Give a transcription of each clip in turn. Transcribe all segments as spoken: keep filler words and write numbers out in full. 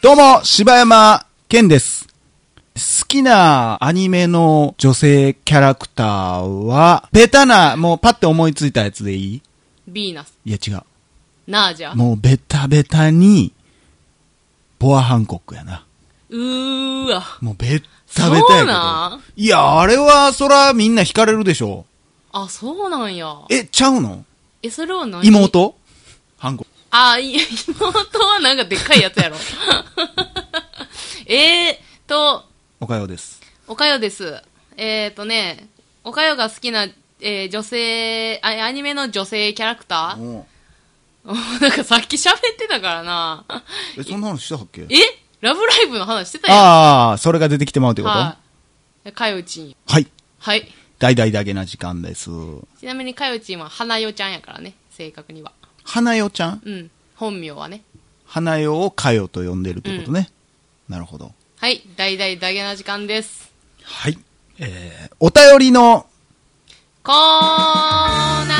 どうも、柴山健です。好きなアニメの女性キャラクターは、ベタな、もうパッて思いついたやつでいい？ ビーナス。 いや違う。 ナージャ。 もうベタベタに、ボアハンコックやな。 うーわ。 もうベッタベタやけど。 そうなん？ いや、あれは、そらみんな惹かれるでしょ。 あ、そうなんや。 え、ちゃうの？ え、それは何？ 妹？ハンコック。 あ、い、妹はなんかでっかいやつやろ。えーと、 おかよです。 おかよです。えーとね、おかよが好きな、えー、女性あ、アニメの女性キャラクターなんかさっき喋ってたからな。 え、そんな話したっけ？ えラブライブの話してたやん。 ああ、それが出てきてまうってこと？ はい。かよちん。 はい。 はい。 大々だけな時間です。 ちなみにかよちんは花代ちゃんやからね、正確には。 花代ちゃん？ うん。本名はね。花代をかよと呼んでるってことね。うん、なるほど。 はい。大々だけな時間です。 はい。えー、お便りのコーナ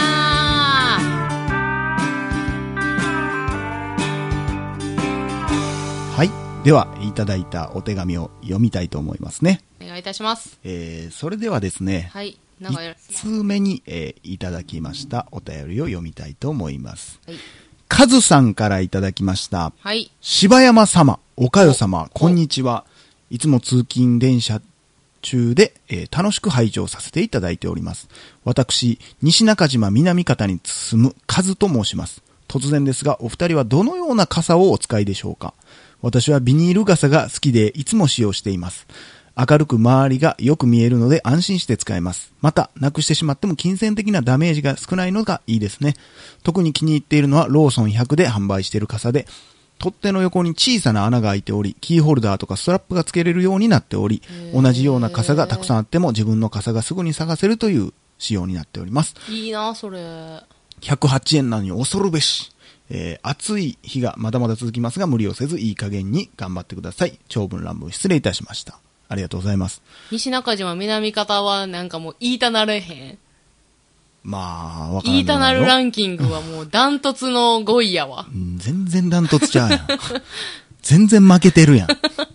ー。はい。では、いただいたお手紙を読みたいと思いますね。 お願いいたします。 えー、それではですね。 はい。なんかいちつうめに、えー、いただきましたお便りを読みたいと思います。はい。カズさんからいただきました。 はい。 柴山様、おかよ様、こんにちは。いつも通勤電車中で、えー、楽しく拝聴させていただいております。私、西中島南方に住むカズと申します。突然ですが、お二人はどのような傘をお使いでしょうか？私はビニール傘が好きでいつも使用しています。明るく周りがよく見えるので安心して使えます。また、なくしてしまっても金銭的なダメージが少ないのがいいですね。特に気に入っているのはローソンひゃくで販売している傘で、取っ手の横に小さな穴が開いており、キーホルダーとかストラップが付けれるようになっており、同じような傘がたくさんあっても自分の傘がすぐに探せるという仕様になっております。 いいな、それ。 ひゃくはちえんなのに恐るべし。えー、暑い日がまだまだ続きますが、無理をせずいい加減に頑張ってください。長文乱文失礼いたしました。ありがとうございます。 西中島南方はなんかもう言いたなれへん。 まあ、わからん。 言いたなるランキングはもうダントツのごいやわ。 うん、全然ダントツちゃうやん。全然負けてるやん。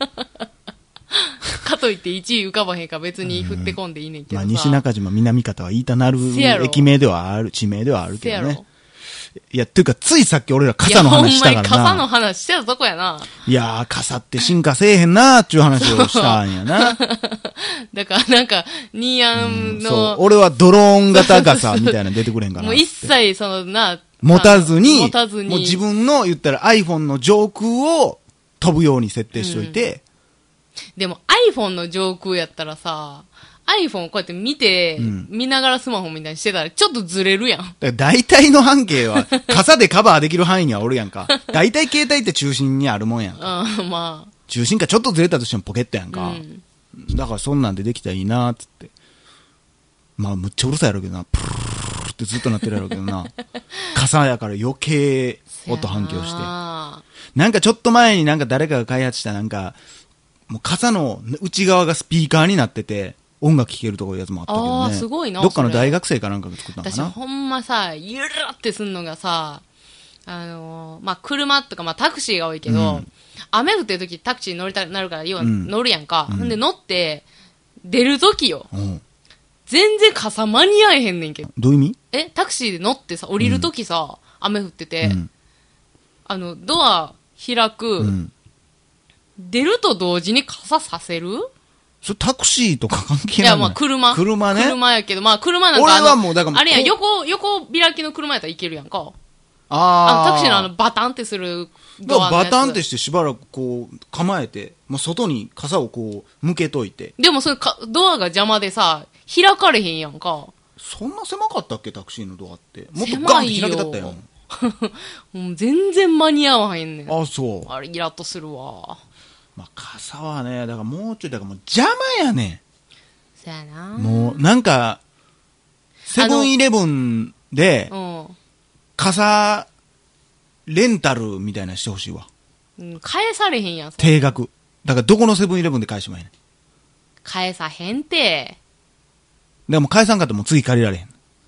かといっていちい浮かばへんか別に振ってこんでいいねんけどさ。 まあ、西中島南方は言いたなる駅名ではある、地名ではあるけどね。いや、っていうか、ついさっき俺ら傘の話したからな。 いや、ほんまに傘の話してたとこやな。 いやー、傘って進化せえへんなーっていう話をしたんやな。 だから、なんか、ニーヤンの、うん、そう、 俺はドローン型傘みたいなの出てくれんかな。 もう一切、そのな、 持たずに、 持たずに、 もう自分の言ったら iPhone の上空を飛ぶように設定しといて、 うん、でも iPhone の上空やったらさ、iPhone こうやって見て、うん、見ながらスマホみたいにしてたらちょっとずれるやん。だから大体の半径は傘でカバーできる範囲にはおるやんか。大体携帯って中心にあるもんやんか。 うん、まあ。 中心かちょっとずれたとしてもポケットやんか。うん、だからそんなんでできたらいいなーっつって。まあむっちゃうるさいやろうけどな。プルーってずっとなってるやろうけどな。傘やから余計音反響して。なんかちょっと前になんか誰かが開発したなんか、もう傘の内側がスピーカーになってて、音楽聴けるとこいうやつもあったけどね。 ああ、すごいな。 どっかの大学生かなんかが作ったのかな。 私ほんまさ、ゆるってすんのがさ、あのー、まあ、車とか、まあ、タクシーが多いけど、うん、雨降ってる時タクシー乗りたくなるから、要は乗るやんか。うん、で、乗って、出る時よ。うん、全然傘間に合えへんねんけど。 どういう意味？ え、タクシーで乗ってさ、降りる時さ、うん、雨降ってて、うん、あの、ドア開く、うん、出ると同時に傘させる？ それタクシーとか関係ない。 いや、まあ、車。 車ね。 車やけど、まあ、車なんかあの、 俺はもう、だから、 あれや、横、横開きの車やったらいけるやんか。 ああ。 あの、タクシーのあの、バタンってするドアのやつ。 バタンってしてしばらくこう、構えて、もう外に傘をこう、向けといて。 でもそれか、ドアが邪魔でさ、開かれへんやんか。 そんな狭かったっけ、タクシーのドアって。もっとガンって開けたったやん。もう全然間に合わへんねん。 あ、そう。 あれ、イラッとするわ。 まあ、傘はね、だからもうちょい、だからもう邪魔やねん。 そやな。 もう、なんか、セブンイレブンで、傘、レンタルみたいなしてほしいわ。 うん、返されへんやん。 定額。だからどこのセブンイレブンで返しまへんねん。 返さへんて。 でも返さんかったらもう次借りられへん。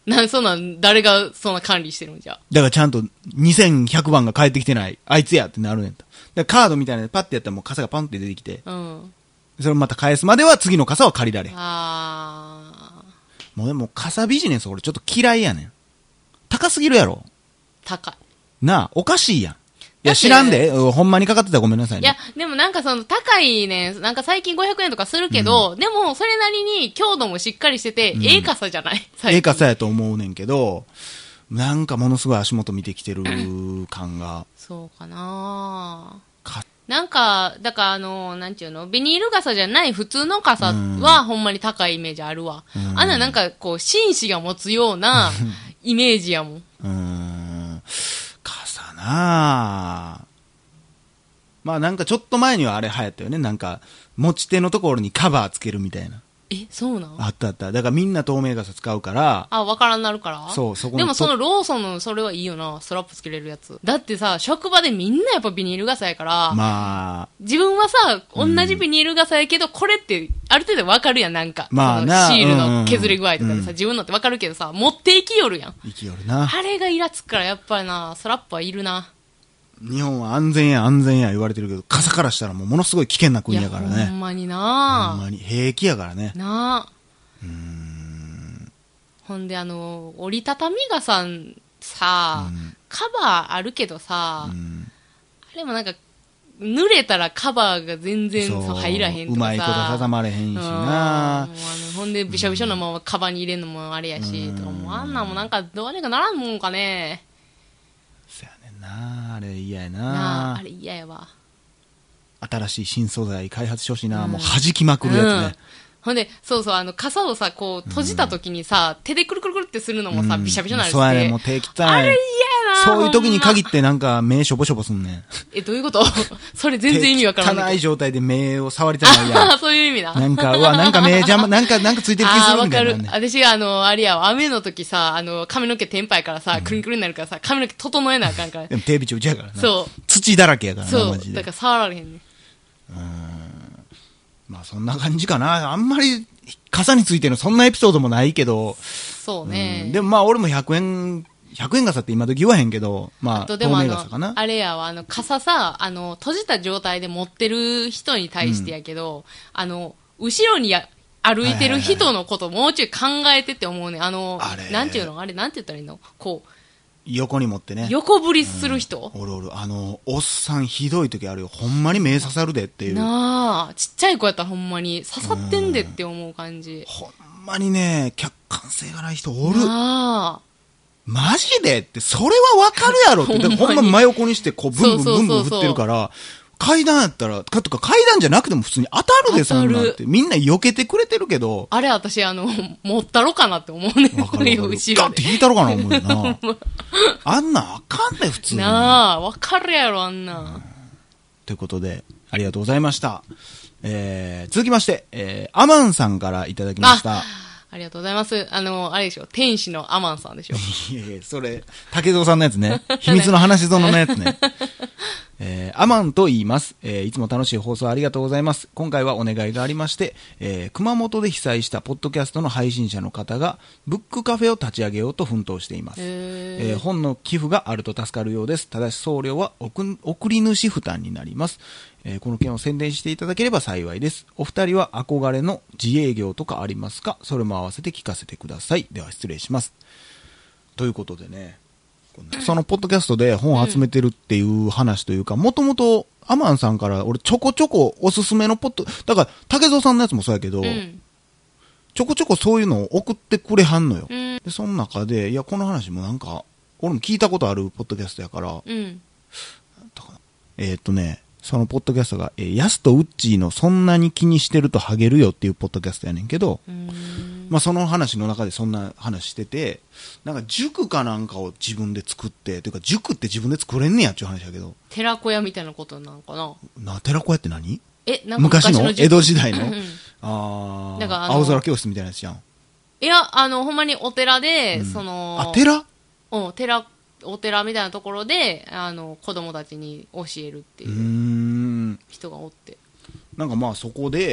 なん、そんなん、誰がそんな管理してるんじゃ。 だからちゃんとにせんひゃくばんが返ってきてない。あいつやってなるねんと。だからカードみたいなのパッてやったらもう傘がパンって出てきて。 うん。 それをまた返すまでは次の傘は借りられん。 あー。もうでも傘ビジネス俺ちょっと嫌いやねん。高すぎるやろ。 高い。 なあ、おかしいやん。いや、知らんで。ほんまにかかってたらごめんなさいね。 いや、でもなんかその高いね、なんか最近ごひゃくえんとかするけど、うん、でもそれなりに強度もしっかりしてて、うん、ええ傘じゃない？ ええ傘やと思うねんけど、なんかものすごい足元見てきてる感が。 そうかなかなんか、だからあの、なんちゅうの、ビニール傘じゃない普通の傘はほんまに高いイメージあるわ。うん、あんななんかこう、紳士が持つようなイメージやもん。 うーん。傘なぁ。まあなんかちょっと前にはあれ流行ったよね。なんか、持ち手のところにカバーつけるみたいな。 え、そうなの？ あったあった。だからみんな透明傘使うから。 あ、わからんなるからそう、そこでもそのローソンのそれはいいよな。ストラップつけれるやつ。だってさ、職場でみんなやっぱビニール傘やから。 まあ。 自分はさ、同じビニール傘やけど、これってある程度わかるやん、なんか。 まあな。 シールの削れ具合とかでさ、うんうん、自分のってわかるけどさ、持っていきよるやん。 いきよるな。 あれがイラつくからやっぱりな、ストラップはいるな。 日本は安全や安全や言われてるけど、傘からしたらもうものすごい危険な国やからね。 ほんまになほんまに。平気やからね。 なあ。 うーん。 ほんであの、折りたたみ傘さ、うん、カバーあるけどさ、うん、あれもなんか、濡れたらカバーが全然そう入らへんとかさ。うまいこと畳まれへんしな、うん、あのほんでびしょびしょのままカバンに入れるのもあれやし、うん、とかもうあんなんもなんかどうにかならんもんかね。 そやねんなあれ嫌やななあ、あれ嫌やわ。 新しい新素材開発してほしいな、うん、もう弾きまくるやつね。うんほんで、そうそう、あの、傘をさ、こう、閉じた時にさ、うん、手でくるくるくるってするのもさ、びしゃびしゃなるし、ね。 そうやね、もう手汚い。 あれ嫌やなそういう時に限ってなんか目しょぼしょぼすんねん。 え、どういうことそれ全然意味わからない。 汚い状態で目を触りたないやん。 あそういう意味な。 なんか、うわ、なんか目邪魔、なんか、なんかついてる気するみたいな、ね。 あ、わかる。私があの、あれやわ、雨の時さ、あの、髪の毛テンパイからさ、うん、くるんくるんになるからさ、髪の毛整えなあかんから。 でも手びちょびちょやからな。 そう。 土だらけやからな、 そう。 マジで。 だから触られへんね。 うーん。まあそんな感じかな。あんまり傘についてのそんなエピソードもないけど。 そうね。 うん、でもまあ俺もひゃくえん、ひゃくえん傘って今時言わへんけど、まあ透明傘かな。 あれやわ、あの傘さ、あの、閉じた状態で持ってる人に対してやけど、うん、あの、後ろにや歩いてる人のこともうちょい考えてって思うね。あの、あなんていうのあれ、なんて言ったらいいのこう。 横に持ってね。 横振りする人、 うん、おるおる。あの、おっさんひどい時あるよ。ほんまに目刺さるでっていう。 なあ、ちっちゃい子やったらほんまに刺さってんでって思う感じ。 ほんまにね、客観性がない人おる。 なあ。 マジでって、それはわかるやろって。ほんまほんま真横にして、こう、ブンブンブンブン振ってるから、階段やったら、かとか階段じゃなくても普通に当たるで、そんなんって。みんな避けてくれてるけど。 あれ、私、あの、持ったろかなって思うね。 わかるわかる。ガンって引いたろかな思うよな。あんなんあかんね、普通に。 なあ、わかるやろ、あんな、うん。 ということで、ありがとうございました。えー、続きまして、えー、アマンさんからいただきました。 ありがとうございます。あの、あれでしょ、天使のアマンさんでしょ。 いやいや、それ、竹蔵さんのやつね。秘密の話園のやつね。えー、アマンと言います、えー。いつも楽しい放送ありがとうございます。今回はお願いがありまして、えー、熊本で被災したポッドキャストの配信者の方がブックカフェを立ち上げようと奮闘しています。えー、本の寄付があると助かるようです。ただし送料は送り主負担になります。えー、この件を宣伝していただければ幸いです。お二人は憧れの自営業とかありますか？それも合わせて聞かせてください。では失礼します。ということでね。そのポッドキャストで本を集めてるっていう話というか、もともとアマンさんから俺ちょこちょこおすすめのポッド、だから竹蔵さんのやつもそうやけど、うん、ちょこちょこそういうのを送ってくれはんのよ。うん、でその中で、いやこの話もなんか俺も聞いたことあるポッドキャストやから、うん、えー、っとね、そのポッドキャストが、えー、ヤスとウッチーのそんなに気にしてるとハゲるよっていうポッドキャストやねんけど、うーん、まあその話の中でそんな話してて、なんか塾かなんかを自分で作って、というか塾って自分で作れんねやっていう話やけど。 寺子屋みたいなことなのかな？ な、寺子屋って何？ え、なんか昔の昔の江戸時代の、うん、 あー、あ青空教室みたいなやつじゃん。 いや、あの、ほんまにお寺で、うん、その、 あ、寺？ うん、寺、お寺みたいなところで、あの、子供たちに教えるっていう人がおって。 なんかまあそこで、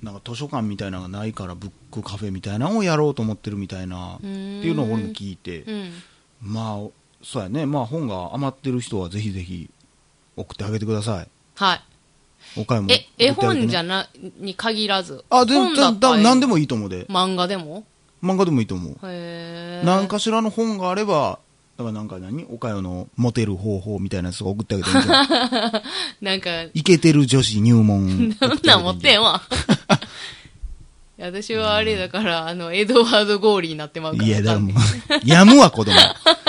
なんか図書館みたいなのがないからブックカフェみたいなのをやろうと思ってるみたいなっていうのを俺も聞いて、 うん、 まあそうやね、まあ本が余ってる人はぜひぜひ送ってあげてください。 はい。 お買い物、 え、絵本じゃなに限らず、 あ、でも何でもいいと思うで。 漫画でも漫画でもいいと思う。 へー。 何かしらの本があれば、だからなんか何おかよのモテる方法みたいなやつを送ってあげていいんじゃないなんか、 イケてる女子入門。 そんなん持ってんわ。いや私はあれだから、あの、エドワード・ゴーリーになってまうから。 いや、だもう、やむわ、子供。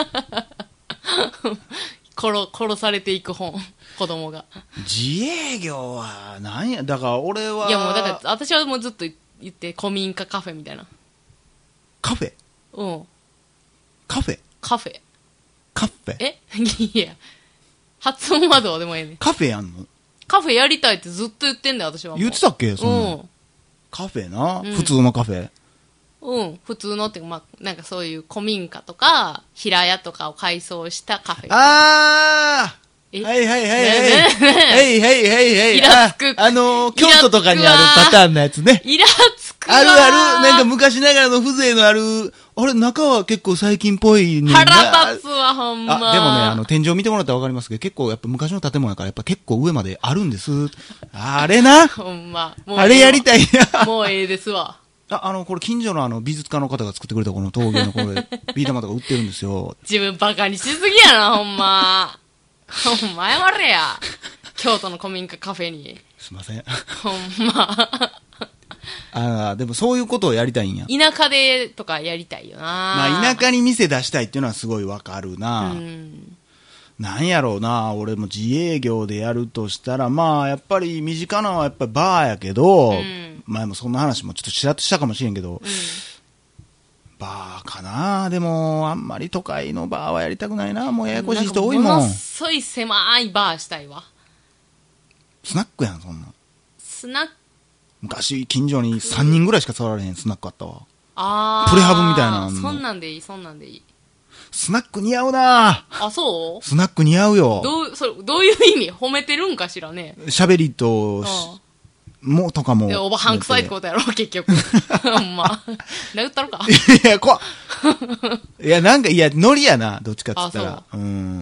殺、殺されていく本、子供が。 自営業は、なんや、だから俺は。 いやもうだから、私はもうずっと言って、古民家カフェみたいな。 カフェうん。 カフェカフェ。 カフェえいや、発音はどうでもええねん。 カフェやんのカフェやりたいってずっと言ってんだよ、私はもう。 言ってたっけそんな、 うん。 カフェな、 うん普通のカフェうん、普通のっていうか、まあ、なんかそういう古民家とか、平屋とかを改装したカフェ。 あえーはいはいはいはい。 ねねはいはいはいはい。 イラつくあ、あのー、京都とかにあるパターンのやつね。 イラつくわーあるある。なんか昔ながらの風情のある、あれ、中は結構最近っぽいねんな。 腹立つわ、ほんま。 あ、でもね、あの、天井見てもらったらわかりますけど、結構やっぱ昔の建物だから、やっぱ結構上まであるんです。あれな。 ほんま。もうあれやりたいな。 もうええですわ。 あ、あの、これ近所のあの、美術家の方が作ってくれたこの陶芸のこれ、ビー玉とか売ってるんですよ。 自分バカにしすぎやな、ほんま。ほんま謝れや。京都の古民家カフェに。 すいません。 ほんま。 ああ、でもそういうことをやりたいんや。 田舎でとかやりたいよな。 まあ、田舎に店出したいっていうのはすごいわかるな。 うん。 なんやろうな、俺も自営業でやるとしたら、まあ、やっぱり身近なのはやっぱりバーやけど、うん、前もそんな話もちょっとちらっとしたかもしれんけど、うん、バーかな。でも、あんまり都会のバーはやりたくないな。もうややこしい人多いもん。 ものすごい狭いバーしたいわ。 スナックやん、そんな。 スナック昔、近所にさんにんぐらいしか座られへんスナックあったわ。 あー。 プレハブみたいなの。 そんなんでいい、そんなんでいい。 スナック似合うな。 あ、そうスナック似合うよ。 どう、それ、どういう意味褒めてるんかしらね。 喋りと、も、とかも。 おばはん臭いってことやろ、結局。ほんま。殴ったろか。 いや、怖っ。いや、なんか、いや、ノリやな、どっちかっつったら。う。うん。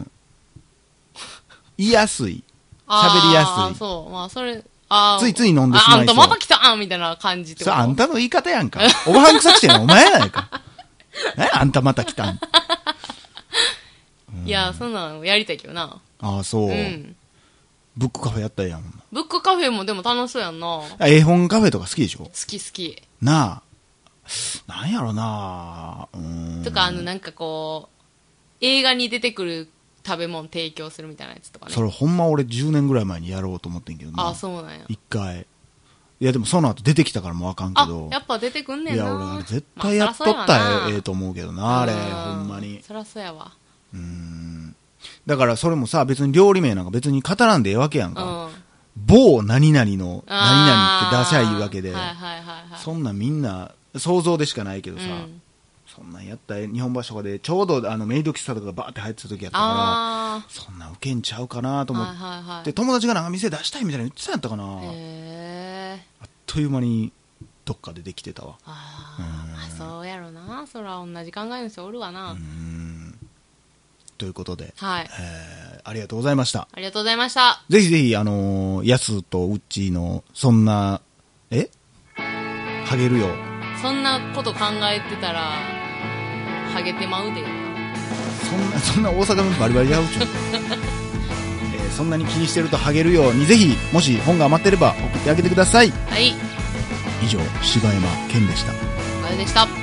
言いやすい。喋りやすい。 あ、そう。まあ、それ、あついつい飲んでしまいそう。 あ、あんたまた来たんみたいな感じってこと。 それあんたの言い方やんか。おばはん臭くしてんのお前やないか。何あんたまた来たん。 いや、そんなのやりたいけどな。 ああ、そう。 うん。 ブックカフェやったらやん。 ブックカフェもでも楽しそうやんな。 絵本カフェとか好きでしょ？ 好き好き。 なあ。なんやろなあ。うーん。 とか、あの、なんかこう、映画に出てくる食べ物提供するみたいなやつとかね。 それほんま俺じゅうねんぐらい前にやろうと思ってんけどな。 あ、そうなんや。 一回。いやでもその後出てきたからもうあかんけど。 あ、やっぱ出てくんねんな。 いや俺あれ絶対やっとったらええと思うけどな、あれ、ほんまに。 そらそうやわ。 うーん。だからそれもさ、別に料理名なんか別に語らんでええわけやんか。うん、某何々の何々って出しゃいいわけで。はいはいはいはい。そんなみんな想像でしかないけどさ。うん、そんなんやったら日本橋とかでちょうどあのメイド喫茶とかがバーって入ってた時やったからそんなウケんちゃうかなと思って、はいはいはい、で友達がなんか店出したいみたいな言ってたんやったかな。へー、あっという間にどっかでできてたわ。 ああ、そうやろな。そら同じ考えの人おるわな。うーん、 ということで、 はい、 えー、ありがとうございました。 ありがとうございました。 ぜひぜひあのー、ヤスとウッチーのそんなえハゲるよそんなこと考えてたらハゲてまうで。 そんなそんな大阪弁バリバリやうちゅう、えー、そんなに気にしてるとハゲるようにぜひもし本が余ってれば送ってあげてください。 はい、 以上柴山健でした。 あれでした。